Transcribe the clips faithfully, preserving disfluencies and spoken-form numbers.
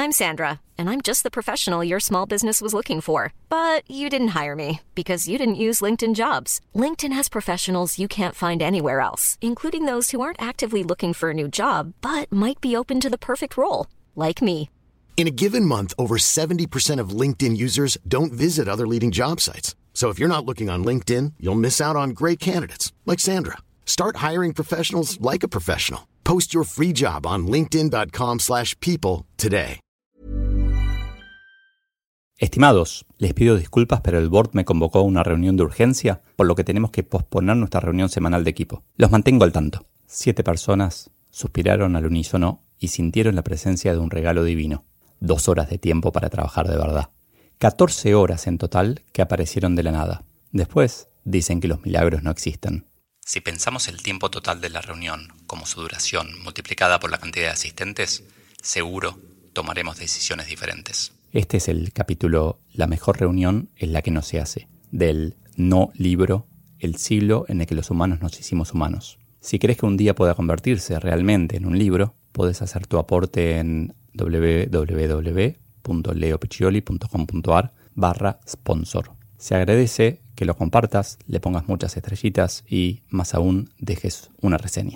I'm Sandra, and I'm just the professional your small business was looking for. But you didn't hire me because you didn't use LinkedIn Jobs. LinkedIn has professionals you can't find anywhere else, including those who aren't actively looking for a new job, but might be open to the perfect role, like me. In a given month, over seventy percent of LinkedIn users don't visit other leading job sites. So if you're not looking on LinkedIn, you'll miss out on great candidates like Sandra. Start hiring professionals like a professional. Post your free job on linkedin dot com slash people today. Estimados, les pido disculpas, pero el board me convocó a una reunión de urgencia, por lo que tenemos que posponer nuestra reunión semanal de equipo. Los mantengo al tanto. Siete personas suspiraron al unísono y sintieron la presencia de un regalo divino. Dos horas de tiempo para trabajar de verdad. catorce horas en total que aparecieron de la nada. Después dicen que los milagros no existen. Si pensamos el tiempo total de la reunión como su duración multiplicada por la cantidad de asistentes, seguro tomaremos decisiones diferentes. Este es el capítulo La mejor reunión es la que no se hace, del no libro, el siglo en el que los humanos nos hicimos humanos. Si crees que un día pueda convertirse realmente en un libro, puedes hacer tu aporte en w w w punto leopiccioli punto com punto a r barra sponsor. Se agradece que lo compartas, le pongas muchas estrellitas y, más aún, dejes una reseña.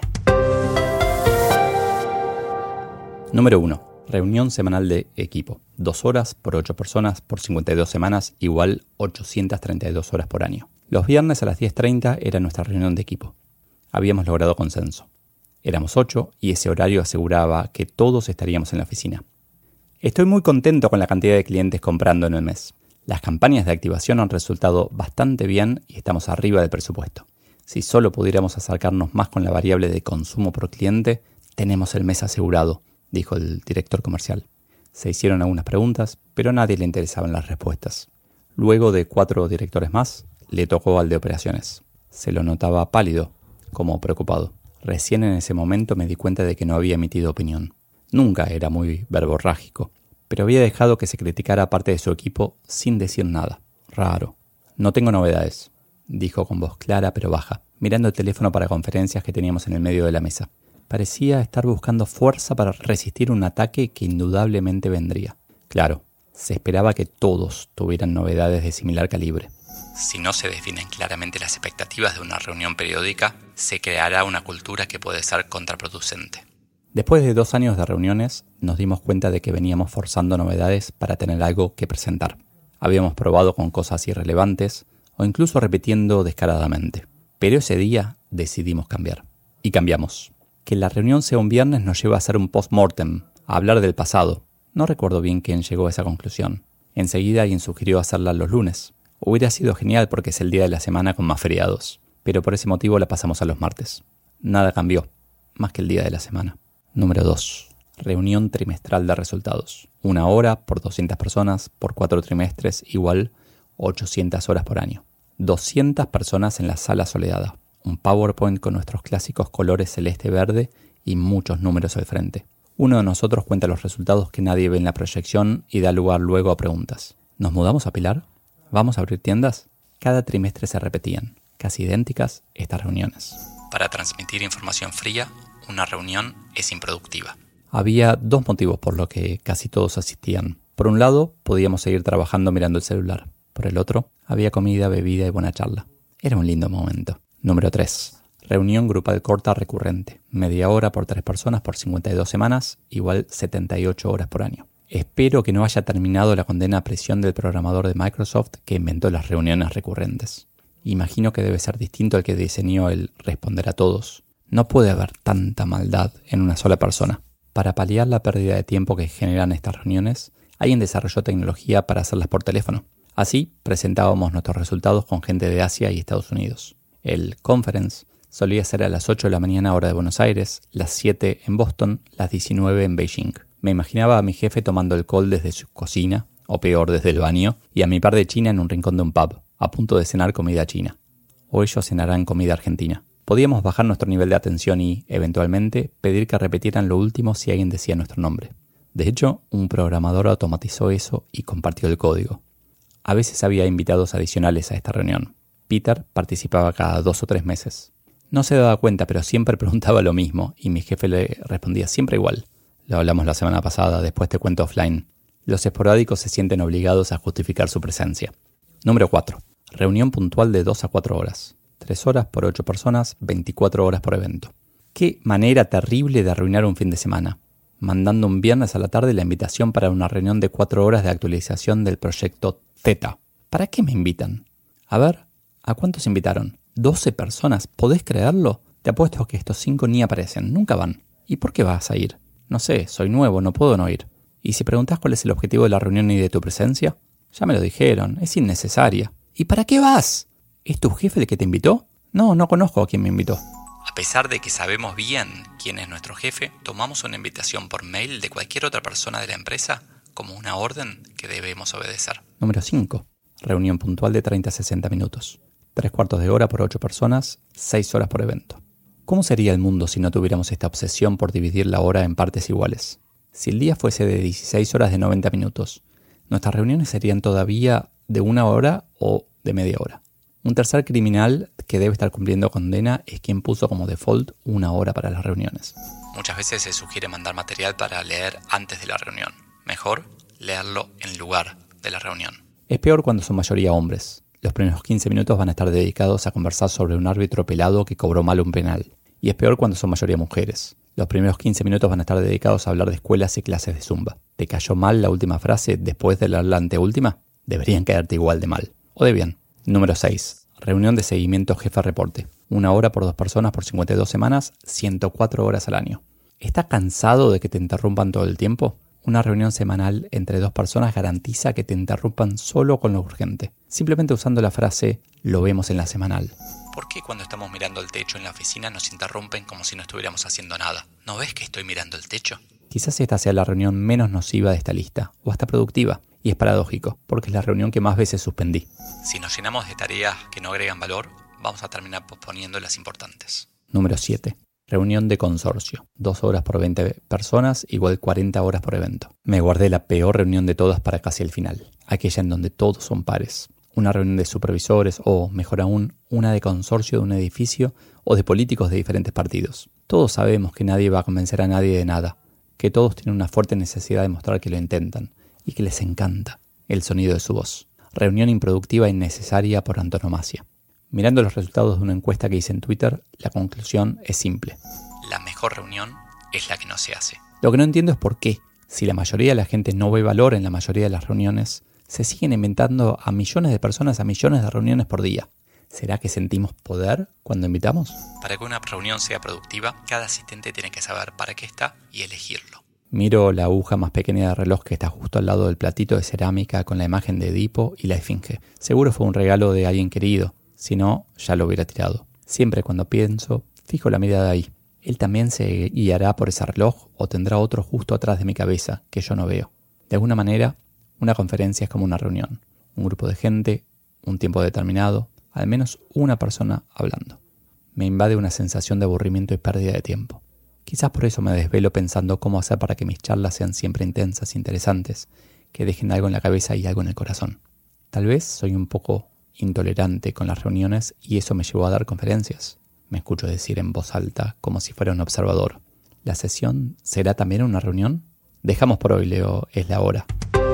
Número uno. Reunión semanal de equipo. Dos horas por ocho personas por cincuenta y dos semanas igual ochocientas treinta y dos horas por año. Los viernes a las diez treinta era nuestra reunión de equipo. Habíamos logrado consenso. Éramos ocho y ese horario aseguraba que todos estaríamos en la oficina. Estoy muy contento con la cantidad de clientes comprando en el mes. Las campañas de activación han resultado bastante bien y estamos arriba del presupuesto. Si solo pudiéramos acercarnos más con la variable de consumo por cliente, tenemos el mes asegurado, dijo el director comercial. Se hicieron algunas preguntas, pero a nadie le interesaban las respuestas. Luego de cuatro directores más, le tocó al de operaciones. Se lo notaba pálido, como preocupado. Recién en ese momento me di cuenta de que no había emitido opinión. Nunca era muy verborrágico, pero había dejado que se criticara a parte de su equipo sin decir nada. Raro. No tengo novedades, dijo con voz clara pero baja, mirando el teléfono para conferencias que teníamos en el medio de la mesa. Parecía estar buscando fuerza para resistir un ataque que indudablemente vendría. Claro, se esperaba que todos tuvieran novedades de similar calibre. Si no se definen claramente las expectativas de una reunión periódica, se creará una cultura que puede ser contraproducente. Después de dos años de reuniones, nos dimos cuenta de que veníamos forzando novedades para tener algo que presentar. Habíamos probado con cosas irrelevantes o incluso repitiendo descaradamente. Pero ese día decidimos cambiar. Y cambiamos. Que la reunión sea un viernes nos lleva a hacer un post-mortem, a hablar del pasado. No recuerdo bien quién llegó a esa conclusión. Enseguida alguien sugirió hacerla los lunes. Hubiera sido genial porque es el día de la semana con más feriados. Pero por ese motivo la pasamos a los martes. Nada cambió, más que el día de la semana. Número dos. Reunión trimestral de resultados. Una hora por doscientas personas por cuatro trimestres igual ochocientas horas por año. doscientas personas en la sala soleada. Un PowerPoint con nuestros clásicos colores celeste-verde y muchos números al frente. Uno de nosotros cuenta los resultados que nadie ve en la proyección y da lugar luego a preguntas. ¿Nos mudamos a Pilar? ¿Vamos a abrir tiendas? Cada trimestre se repetían, casi idénticas, estas reuniones. Para transmitir información fría, una reunión es improductiva. Había dos motivos por los que casi todos asistían. Por un lado, podíamos seguir trabajando mirando el celular. Por el otro, había comida, bebida y buena charla. Era un lindo momento. Número tres. Reunión grupal corta recurrente. Media hora por tres personas por cincuenta y dos semanas, igual setenta y ocho horas por año. Espero que no haya terminado la condena a prisión del programador de Microsoft que inventó las reuniones recurrentes. Imagino que debe ser distinto al que diseñó el responder a todos. No puede haber tanta maldad en una sola persona. Para paliar la pérdida de tiempo que generan estas reuniones, alguien desarrolló tecnología para hacerlas por teléfono. Así, presentábamos nuestros resultados con gente de Asia y Estados Unidos. El conference solía ser a las ocho de la mañana hora de Buenos Aires, las siete en Boston, las diecinueve en Beijing. Me imaginaba a mi jefe tomando el call desde su cocina, o peor, desde el baño, y a mi par de China en un rincón de un pub, a punto de cenar comida china. O ellos cenarán comida argentina. Podíamos bajar nuestro nivel de atención y, eventualmente, pedir que repitieran lo último si alguien decía nuestro nombre. De hecho, un programador automatizó eso y compartió el código. A veces había invitados adicionales a esta reunión. Peter participaba cada dos o tres meses. No se daba cuenta, pero siempre preguntaba lo mismo y mi jefe le respondía siempre igual. Lo hablamos la semana pasada, después te cuento offline. Los esporádicos se sienten obligados a justificar su presencia. Número cuatro. Reunión puntual de dos a cuatro horas. tres horas por ocho personas, veinticuatro horas por evento. Qué manera terrible de arruinar un fin de semana. Mandando un viernes a la tarde la invitación para una reunión de cuatro horas de actualización del proyecto Z. ¿Para qué me invitan? A ver, ¿a cuántos invitaron? ¿doce personas? ¿Podés creerlo? Te apuesto que estos cinco ni aparecen, nunca van. ¿Y por qué vas a ir? No sé, soy nuevo, no puedo no ir. ¿Y si preguntás cuál es el objetivo de la reunión y de tu presencia? Ya me lo dijeron, es innecesaria. ¿Y para qué vas? ¿Es tu jefe el que te invitó? No, no conozco a quién me invitó. A pesar de que sabemos bien quién es nuestro jefe, tomamos una invitación por mail de cualquier otra persona de la empresa como una orden que debemos obedecer. Número cinco. Reunión puntual de treinta a sesenta minutos. Tres cuartos de hora por ocho personas, seis horas por evento. ¿Cómo sería el mundo si no tuviéramos esta obsesión por dividir la hora en partes iguales? Si el día fuese de dieciséis horas de noventa minutos, nuestras reuniones serían todavía de una hora o de media hora. Un tercer criminal que debe estar cumpliendo condena es quien puso como default una hora para las reuniones. Muchas veces se sugiere mandar material para leer antes de la reunión. Mejor leerlo en lugar de la reunión. Es peor cuando son mayoría hombres. Los primeros quince minutos van a estar dedicados a conversar sobre un árbitro pelado que cobró mal un penal. Y es peor cuando son mayoría mujeres. Los primeros quince minutos van a estar dedicados a hablar de escuelas y clases de zumba. ¿Te cayó mal la última frase después de la anteúltima? Deberían caerte igual de mal. O de bien. Número seis. Reunión de seguimiento jefe-reporte. Una hora por dos personas por cincuenta y dos semanas, ciento cuatro horas al año. ¿Estás cansado de que te interrumpan todo el tiempo? Una reunión semanal entre dos personas garantiza que te interrumpan solo con lo urgente. Simplemente usando la frase, lo vemos en la semanal. ¿Por qué cuando estamos mirando el techo en la oficina nos interrumpen como si no estuviéramos haciendo nada? ¿No ves que estoy mirando el techo? Quizás esta sea la reunión menos nociva de esta lista, o hasta productiva. Y es paradójico, porque es la reunión que más veces suspendí. Si nos llenamos de tareas que no agregan valor, vamos a terminar posponiendo las importantes. Número siete. Reunión de consorcio. dos horas por veinte personas, igual cuarenta horas por evento. Me guardé la peor reunión de todas para casi el final. Aquella en donde todos son pares. Una reunión de supervisores o, mejor aún, una de consorcio de un edificio o de políticos de diferentes partidos. Todos sabemos que nadie va a convencer a nadie de nada, que todos tienen una fuerte necesidad de mostrar que lo intentan y que les encanta el sonido de su voz. Reunión improductiva e innecesaria por antonomasia. Mirando los resultados de una encuesta que hice en Twitter, la conclusión es simple. La mejor reunión es la que no se hace. Lo que no entiendo es por qué, si la mayoría de la gente no ve valor en la mayoría de las reuniones, se siguen inventando a millones de personas a millones de reuniones por día. ¿Será que sentimos poder cuando invitamos? Para que una reunión sea productiva, cada asistente tiene que saber para qué está y elegirlo. Miro la aguja más pequeña de reloj que está justo al lado del platito de cerámica con la imagen de Edipo y la esfinge. Seguro fue un regalo de alguien querido, si no, ya lo hubiera tirado. Siempre cuando pienso, fijo la mirada ahí. Él también se guiará por ese reloj o tendrá otro justo atrás de mi cabeza que yo no veo. De alguna manera, una conferencia es como una reunión. Un grupo de gente, un tiempo determinado, al menos una persona hablando. Me invade una sensación de aburrimiento y pérdida de tiempo. Quizás por eso me desvelo pensando cómo hacer para que mis charlas sean siempre intensas e interesantes, que dejen algo en la cabeza y algo en el corazón. Tal vez soy un poco intolerante con las reuniones y eso me llevó a dar conferencias. Me escucho decir en voz alta, como si fuera un observador. ¿La sesión será también una reunión? Dejamos por hoy, Leo, es la hora.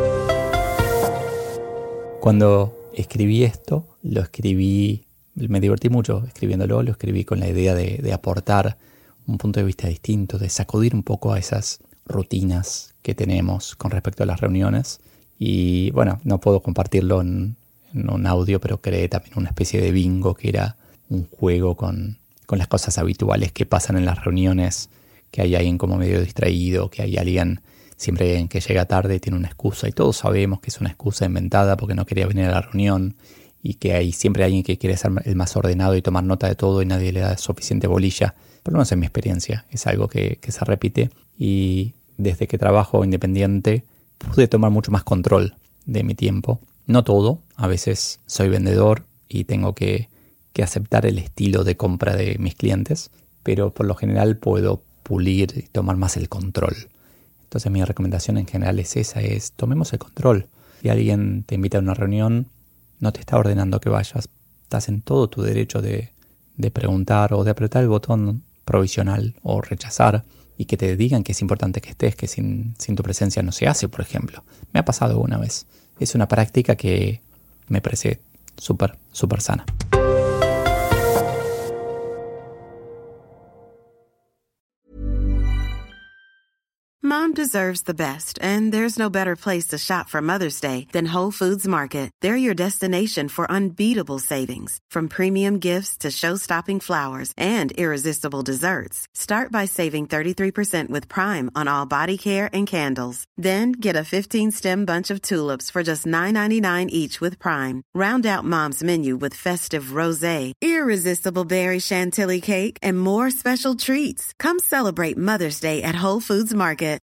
Cuando escribí esto, lo escribí, me divertí mucho escribiéndolo, lo escribí con la idea de, de aportar un punto de vista distinto, de sacudir un poco a esas rutinas que tenemos con respecto a las reuniones. Y bueno, no puedo compartirlo en, en un audio, pero creé también una especie de bingo que era un juego con, con las cosas habituales que pasan en las reuniones, que hay alguien como medio distraído, que hay alguien, siempre hay alguien que llega tarde y tiene una excusa, y todos sabemos que es una excusa inventada porque no quería venir a la reunión, y que hay siempre alguien que quiere ser el más ordenado y tomar nota de todo y nadie le da suficiente bolilla. Por lo menos en mi experiencia es algo que, que se repite, y desde que trabajo independiente pude tomar mucho más control de mi tiempo. No todo, a veces soy vendedor y tengo que, que aceptar el estilo de compra de mis clientes, pero por lo general puedo pulir y tomar más el control. Entonces mi recomendación en general es esa, es tomemos el control. Si alguien te invita a una reunión, no te está ordenando que vayas, estás en todo tu derecho de, de preguntar o de apretar el botón provisional o rechazar, y que te digan que es importante que estés, que sin, sin tu presencia no se hace, por ejemplo. Me ha pasado una vez. Es una práctica que me parece súper, súper sana. Mom deserves the best, and there's no better place to shop for Mother's Day than Whole Foods Market. They're your destination for unbeatable savings, from premium gifts to show-stopping flowers and irresistible desserts. Start by saving thirty-three percent with Prime on all body care and candles. Then get a fifteen-stem bunch of tulips for just nine ninety-nine each with Prime. Round out Mom's menu with festive rosé, irresistible berry chantilly cake, and more special treats. Come celebrate Mother's Day at Whole Foods Market.